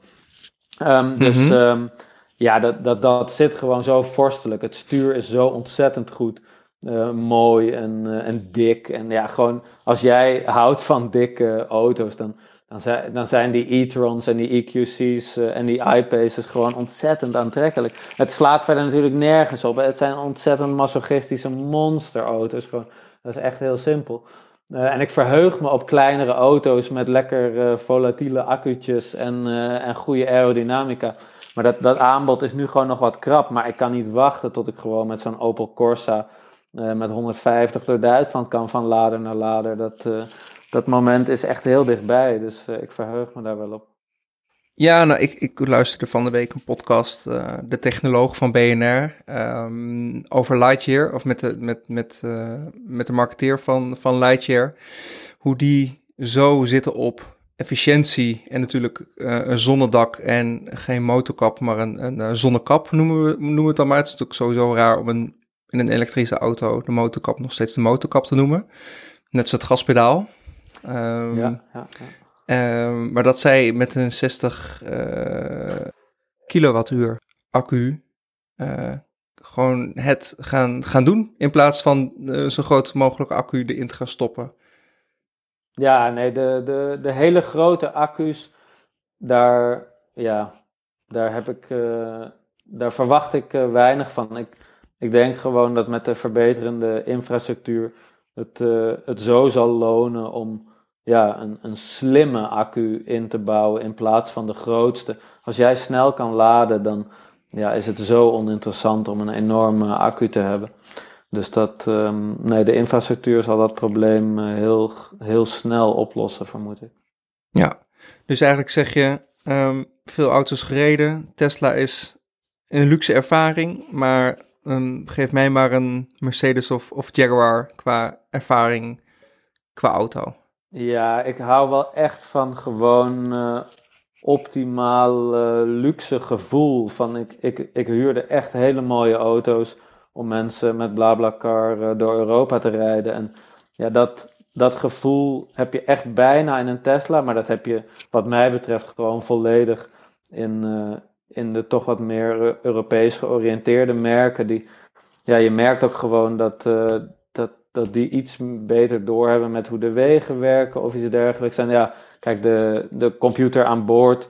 Dus ja, dat zit gewoon zo vorstelijk. Het stuur is zo ontzettend goed. Mooi en dik. En ja, gewoon als jij houdt van dikke auto's, dan zijn die e-trons en die EQC's en die I-Paces gewoon ontzettend aantrekkelijk. Het slaat verder natuurlijk nergens op. Het zijn ontzettend masochistische monsterauto's. Gewoon. Dat is echt heel simpel. En ik verheug me op kleinere auto's met lekker volatiele accu'tjes en goede aerodynamica. Maar dat aanbod is nu gewoon nog wat krap. Maar ik kan niet wachten tot ik gewoon met zo'n Opel Corsa met 150 door Duitsland kan van lader naar lader. Dat moment is echt heel dichtbij. Dus ik verheug me daar wel op. Ja, nou, ik luisterde van de week een podcast, de technoloog van BNR, over Lightyear, of met de marketeer van Lightyear, hoe die zo zitten op efficiëntie en natuurlijk een zonnedak en geen motorkap, maar een zonnekap noemen we het dan maar. Het is natuurlijk sowieso raar om in een elektrische auto de motorkap nog steeds de motorkap te noemen, net zoals het gaspedaal. Ja. Maar dat zij met een 60 kilowattuur accu gewoon het gaan doen, in plaats van zo groot mogelijke accu erin te gaan stoppen. Ja, nee, de hele grote accu's, daar verwacht ik weinig van. Ik denk gewoon dat met de verbeterende infrastructuur het zo zal lonen om een slimme accu in te bouwen in plaats van de grootste. Als jij snel kan laden, dan is het zo oninteressant om een enorme accu te hebben. Dus de infrastructuur zal dat probleem heel, heel snel oplossen, vermoed ik. Ja, dus eigenlijk zeg je, veel auto's gereden. Tesla is een luxe ervaring, maar geef mij maar een Mercedes of Jaguar qua ervaring, qua auto. Ja, ik hou wel echt van gewoon optimaal luxe gevoel. Ik huurde echt hele mooie auto's om mensen met BlaBlaCar door Europa te rijden. En ja, dat gevoel heb je echt bijna in een Tesla, maar dat heb je wat mij betreft gewoon volledig in de toch wat meer Europees georiënteerde merken. Ja, je merkt ook gewoon dat die iets beter doorhebben met hoe de wegen werken of iets dergelijks. En ja, kijk, de computer aan boord,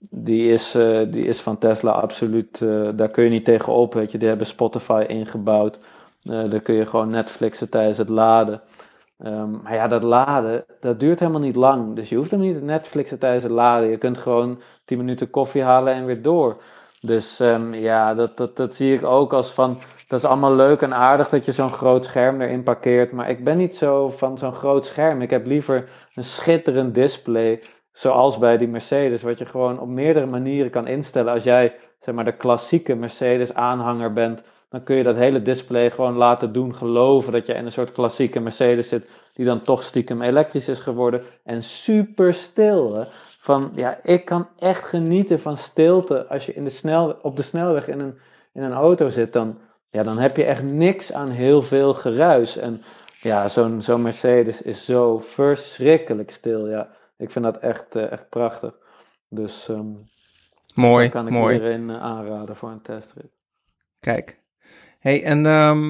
die is van Tesla absoluut, daar kun je niet tegenop, weet je. Die hebben Spotify ingebouwd. Daar kun je gewoon Netflixen tijdens het laden. Maar ja, dat laden, dat duurt helemaal niet lang. Dus je hoeft hem niet te Netflixen tijdens het laden. Je kunt gewoon 10 minuten koffie halen en weer door. Dus ja, dat zie ik ook als van, dat is allemaal leuk en aardig dat je zo'n groot scherm erin parkeert. Maar ik ben niet zo van zo'n groot scherm. Ik heb liever een schitterend display, zoals bij die Mercedes, wat je gewoon op meerdere manieren kan instellen. Als jij, zeg maar, de klassieke Mercedes aanhanger bent, dan kun je dat hele display gewoon laten doen geloven dat je in een soort klassieke Mercedes zit, die dan toch stiekem elektrisch is geworden. En super stil, hè. Ja, ik kan echt genieten van stilte. Als je op de snelweg in een auto zit, dan heb je echt niks aan heel veel geruis. En ja, zo'n Mercedes is zo verschrikkelijk stil. Ja, ik vind dat echt prachtig. Dus Mooi, dat kan ik mooi. iedereen aanraden voor een testrit. Kijk. Hey, en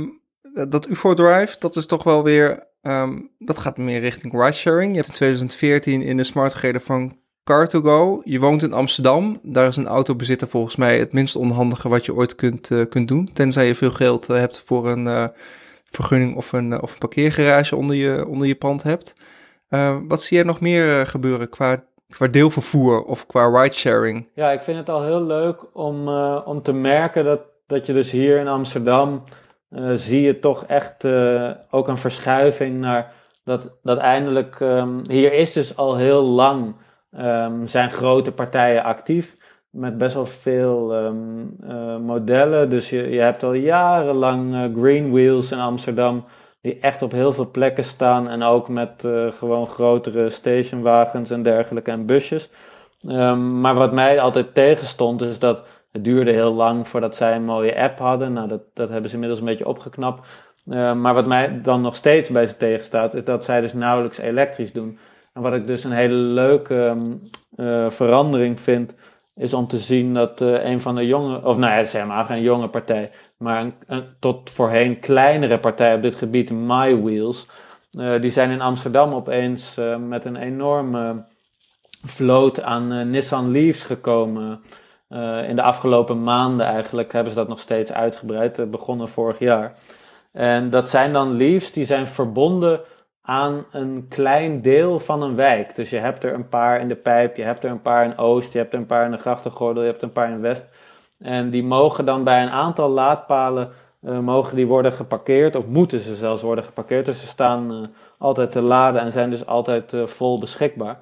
dat UFO Drive, dat is toch wel weer, dat gaat meer richting ridesharing. Je hebt in 2014 in de smart gereden van Car2Go. Je woont in Amsterdam. Daar is een auto bezitten volgens mij het minst onhandige wat je ooit kunt doen. Tenzij je veel geld hebt voor een vergunning of een parkeergarage onder je pand hebt. Wat zie jij nog meer gebeuren qua deelvervoer of qua ridesharing? Ja, ik vind het al heel leuk om te merken dat je dus hier in Amsterdam zie je toch echt ook een verschuiving naar dat eindelijk, hier is dus al heel lang, zijn grote partijen actief met best wel veel modellen. Dus je hebt al jarenlang Green Wheels in Amsterdam, die echt op heel veel plekken staan en ook met gewoon grotere stationwagens en dergelijke en busjes. Maar wat mij altijd tegenstond is dat het duurde heel lang voordat zij een mooie app hadden. Nou, dat hebben ze inmiddels een beetje opgeknapt. Maar wat mij dan nog steeds bij ze tegenstaat, is dat zij dus nauwelijks elektrisch doen. En wat ik dus een hele leuke verandering vind, is om te zien dat een van de jonge, of nou ja, het is helemaal geen jonge partij, maar een tot voorheen kleinere partij op dit gebied, MyWheels, die zijn in Amsterdam opeens met een enorme vloot aan Nissan Leafs gekomen. In de afgelopen maanden eigenlijk hebben ze dat nog steeds uitgebreid, begonnen vorig jaar. En dat zijn dan Leafs die zijn verbonden aan een klein deel van een wijk. Dus je hebt er een paar in de Pijp, je hebt er een paar in Oost, je hebt er een paar in de Grachtengordel, je hebt er een paar in West. En die mogen dan bij een aantal laadpalen mogen die worden geparkeerd, of moeten ze zelfs worden geparkeerd. Dus ze staan altijd te laden en zijn dus altijd vol beschikbaar.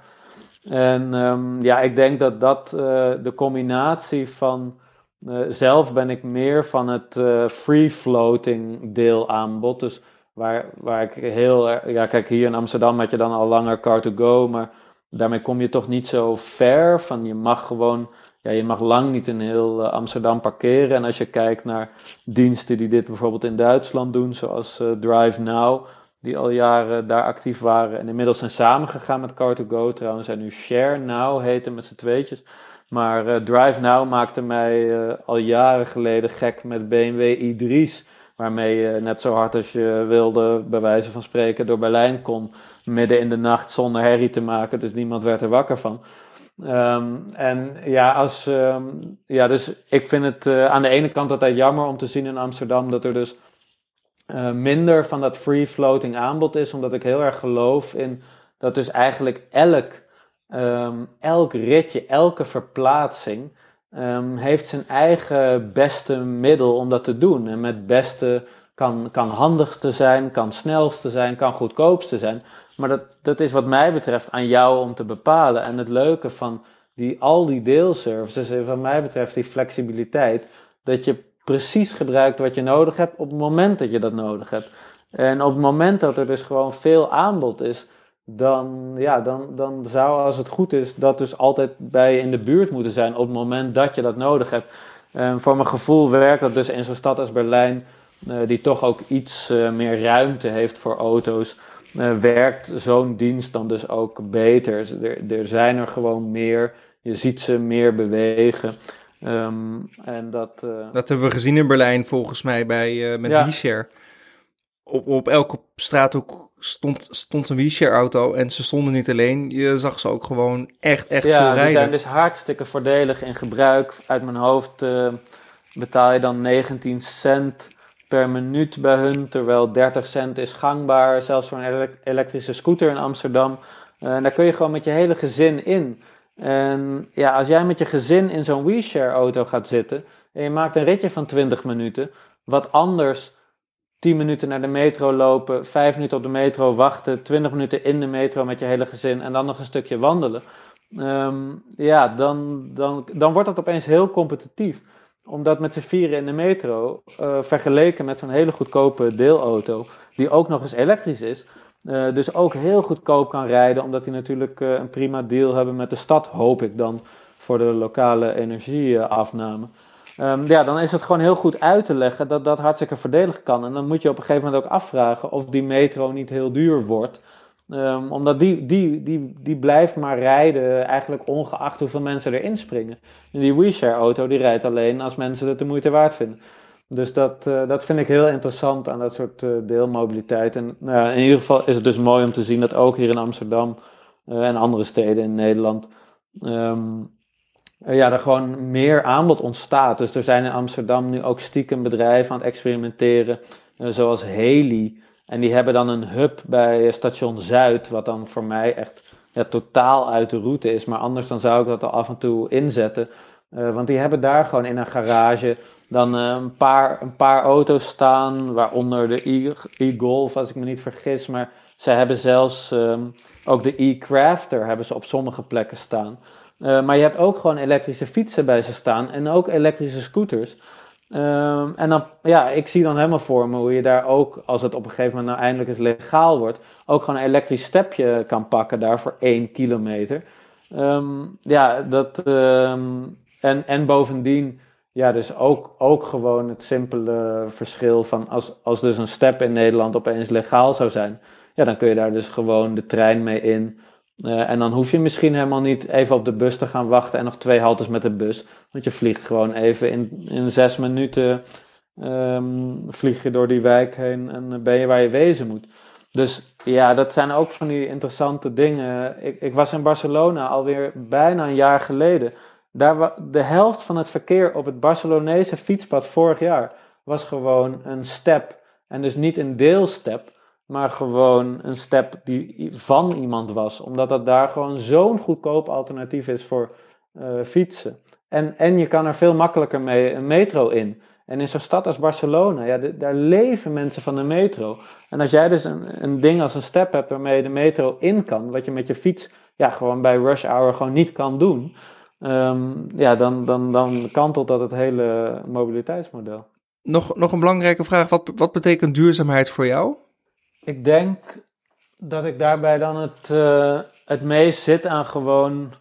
En ja, ik denk dat de combinatie van, zelf ben ik meer van het free-floating deelaanbod. Dus waar ik ja, kijk, hier in Amsterdam had je dan al langer Car2Go, maar daarmee kom je toch niet zo ver. Van je mag gewoon, ja, je mag lang niet in heel Amsterdam parkeren. En als je kijkt naar diensten die dit bijvoorbeeld in Duitsland doen, zoals Drive Now, die al jaren daar actief waren en inmiddels zijn samengegaan met Car2Go trouwens, en nu Share Now heten met z'n tweetjes. Maar Drive Now maakte mij al jaren geleden gek met BMW i3's, waarmee je net zo hard als je wilde, bij wijze van spreken, door Berlijn kon, midden in de nacht zonder herrie te maken, dus niemand werd er wakker van. En ja, dus ik vind het aan de ene kant altijd jammer om te zien in Amsterdam dat er dus minder van dat free-floating aanbod is, omdat ik heel erg geloof in dat dus eigenlijk elk ritje, elke verplaatsing heeft zijn eigen beste middel om dat te doen. En met beste kan handigste zijn, kan snelste zijn, kan goedkoopste zijn. Maar dat is wat mij betreft aan jou om te bepalen. En het leuke van al die deelservices is wat mij betreft die flexibiliteit. dat je precies gebruikt wat je nodig hebt op het moment dat je dat nodig hebt. En op het moment dat er dus gewoon veel aanbod is, dan zou, als het goed is, dat dus altijd bij je in de buurt moeten zijn op het moment dat je dat nodig hebt. Voor mijn gevoel werkt dat dus in zo'n stad als Berlijn, die toch ook iets meer ruimte heeft voor auto's, werkt zo'n dienst dan dus ook beter. Er zijn er gewoon meer, je ziet ze meer bewegen. Dat hebben we gezien in Berlijn volgens mij met WeShare. Op elke straathoek stond een WeShare-auto en ze stonden niet alleen. Je zag ze ook gewoon echt veel rijden. Ja, die zijn dus hartstikke voordelig in gebruik. Uit mijn hoofd betaal je dan 19 cent per minuut bij hun, terwijl 30 cent is gangbaar, zelfs voor een elektrische scooter in Amsterdam. En daar kun je gewoon met je hele gezin in. En ja, als jij met je gezin in zo'n WeShare-auto gaat zitten en je maakt een ritje van 20 minuten, wat anders 10 minuten naar de metro lopen, 5 minuten op de metro wachten, 20 minuten in de metro met je hele gezin en dan nog een stukje wandelen. Dan wordt dat opeens heel competitief. Omdat met z'n vieren in de metro, vergeleken met zo'n hele goedkope deelauto, die ook nog eens elektrisch is, dus ook heel goedkoop kan rijden, omdat die natuurlijk een prima deal hebben met de stad, hoop ik dan, voor de lokale energieafname. Dan is het gewoon heel goed uit te leggen dat dat hartstikke voordelig kan. En dan moet je op een gegeven moment ook afvragen of die metro niet heel duur wordt. Omdat die blijft maar rijden, eigenlijk ongeacht hoeveel mensen erin springen. En die WeShare-auto die rijdt alleen als mensen het de moeite waard vinden. Dus dat vind ik heel interessant aan dat soort deelmobiliteit. En in ieder geval is het dus mooi om te zien dat ook hier in Amsterdam en andere steden in Nederland er gewoon meer aanbod ontstaat. Dus er zijn in Amsterdam nu ook stiekem bedrijven aan het experimenteren, zoals Heli. En die hebben dan een hub bij station Zuid, wat dan voor mij echt totaal uit de route is. Maar anders dan zou ik dat er af en toe inzetten. Want die hebben daar gewoon in een garage dan een paar auto's staan, waaronder de e-Golf, als ik me niet vergis. Maar ze hebben zelfs ook de e-Crafter hebben ze op sommige plekken staan. Maar je hebt ook gewoon elektrische fietsen bij ze staan en ook elektrische scooters. En dan, ik zie dan helemaal voor me hoe je daar ook, als het op een gegeven moment nou eindelijk eens legaal wordt, ook gewoon een elektrisch stepje kan pakken daar voor 1 kilometer. En bovendien, dus ook gewoon het simpele verschil van als dus een step in Nederland opeens legaal zou zijn, dan kun je daar dus gewoon de trein mee in. En dan hoef je misschien helemaal niet even op de bus te gaan wachten en nog 2 haltes met de bus. Want je vliegt gewoon even in 6 minuten vlieg je door die wijk heen en ben je waar je wezen moet. Dus dat zijn ook van die interessante dingen. Ik was in Barcelona alweer bijna een jaar geleden. De helft van het verkeer op het Barcelonese fietspad vorig jaar was gewoon een step. En dus niet een deelstep, maar gewoon een step die van iemand was. Omdat dat daar gewoon zo'n goedkoop alternatief is voor fietsen. En je kan er veel makkelijker mee een metro in. En in zo'n stad als Barcelona, daar leven mensen van de metro. En als jij dus een ding als een step hebt waarmee je de metro in kan, wat je met je fiets gewoon bij rush hour gewoon niet kan doen, dan kantelt dat het hele mobiliteitsmodel. Nog een belangrijke vraag, wat betekent duurzaamheid voor jou? Ik denk dat ik daarbij dan het meest zit aan gewoon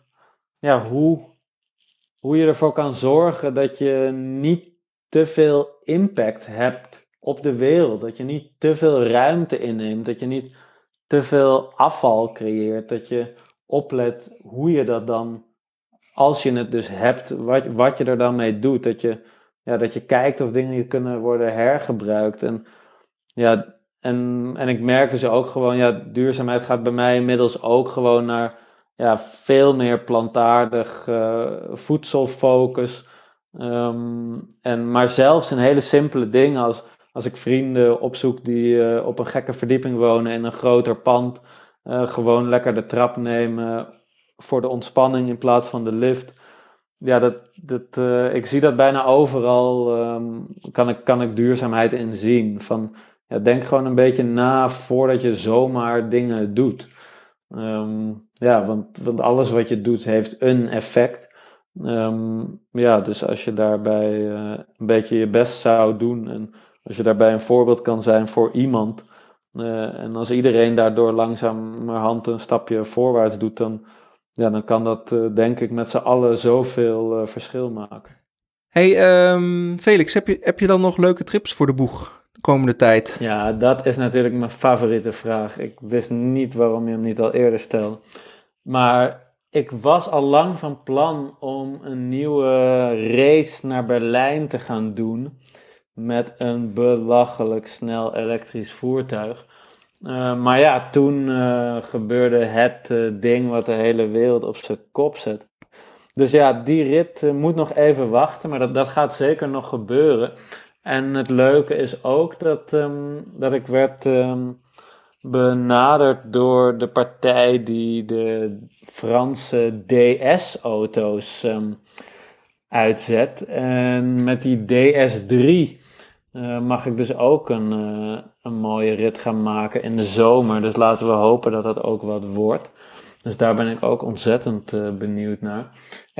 hoe je ervoor kan zorgen dat je niet te veel impact hebt op de wereld. Dat je niet te veel ruimte inneemt. Dat je niet te veel afval creëert. Dat je oplet hoe je dat dan, als je het dus hebt, wat je er dan mee doet. Dat je kijkt of dingen kunnen worden hergebruikt. En ik merk dus ook gewoon, duurzaamheid gaat bij mij inmiddels ook gewoon naar veel meer plantaardig voedselfocus. Maar zelfs in hele simpele dingen als ik vrienden opzoek die op een gekke verdieping wonen in een groter pand, gewoon lekker de trap nemen voor de ontspanning in plaats van de lift. Ik zie dat bijna overal, kan ik duurzaamheid in zien. Van, denk gewoon een beetje na voordat je zomaar dingen doet. Want alles wat je doet heeft een effect. Ja, dus als je daarbij een beetje je best zou doen en als je daarbij een voorbeeld kan zijn voor iemand, en als iedereen daardoor langzamerhand een stapje voorwaarts doet, dan kan dat denk ik met z'n allen zoveel verschil maken. Hey Felix, heb je dan nog leuke trips voor de boeg de komende tijd? Ja, dat is natuurlijk mijn favoriete vraag. Ik wist niet waarom je hem niet al eerder stelde. Maar ik was al lang van plan om een nieuwe race naar Berlijn te gaan doen met een belachelijk snel elektrisch voertuig. Maar ja, toen gebeurde het ding wat de hele wereld op zijn kop zet. Dus ja, die rit moet nog even wachten, maar dat gaat zeker nog gebeuren. En het leuke is ook dat ik werd benaderd door de partij die de Franse DS-auto's uitzet. En met die DS3 mag ik dus ook een mooie rit gaan maken in de zomer. Dus laten we hopen dat dat ook wat wordt. Dus daar ben ik ook ontzettend benieuwd naar.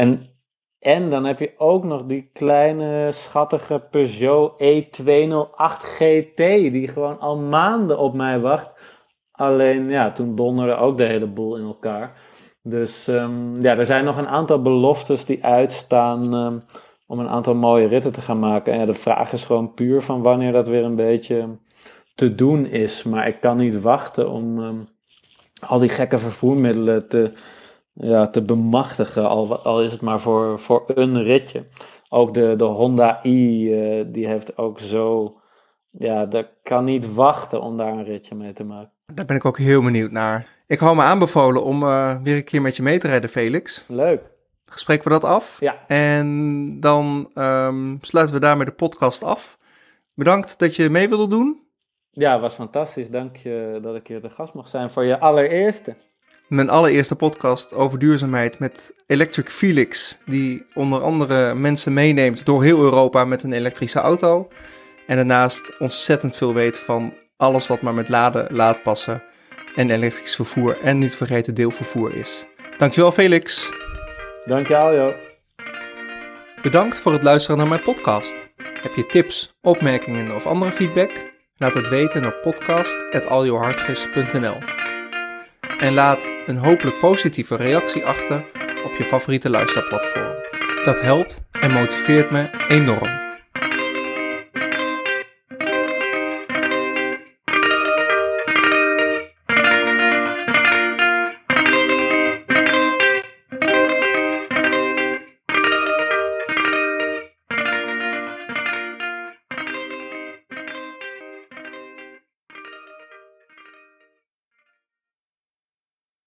En dan heb je ook nog die kleine schattige Peugeot E208 GT die gewoon al maanden op mij wacht. Alleen ja, toen donderde ook de hele boel in elkaar. Dus ja, er zijn nog een aantal beloftes die uitstaan om een aantal mooie ritten te gaan maken. En ja, de vraag is gewoon puur van wanneer dat weer een beetje te doen is. Maar ik kan niet wachten om al die gekke vervoermiddelen te bemachtigen, al is het maar voor een ritje. Ook de Honda i, die heeft ook zo, ja, dat kan niet wachten om daar een ritje mee te maken. Daar ben ik ook heel benieuwd naar. Ik hou me aanbevolen om weer een keer met je mee te rijden, Felix. Leuk. Spreken we dat af? Ja. En dan sluiten we daarmee de podcast af. Bedankt dat je mee wilde doen. Ja, was fantastisch. Dank je dat ik hier te gast mocht zijn voor je allereerste. Mijn allereerste podcast over duurzaamheid met Electric Felix, die onder andere mensen meeneemt door heel Europa met een elektrische auto. En daarnaast ontzettend veel weet van alles wat maar met laden, laadpassen en elektrisch vervoer en niet vergeten deelvervoer is. Dankjewel Felix. Dank je Aljo. Bedankt voor het luisteren naar mijn podcast. Heb je tips, opmerkingen of andere feedback? Laat het weten op podcast@aljohartges.nl. En laat een hopelijk positieve reactie achter op je favoriete luisterplatform. Dat helpt en motiveert me enorm.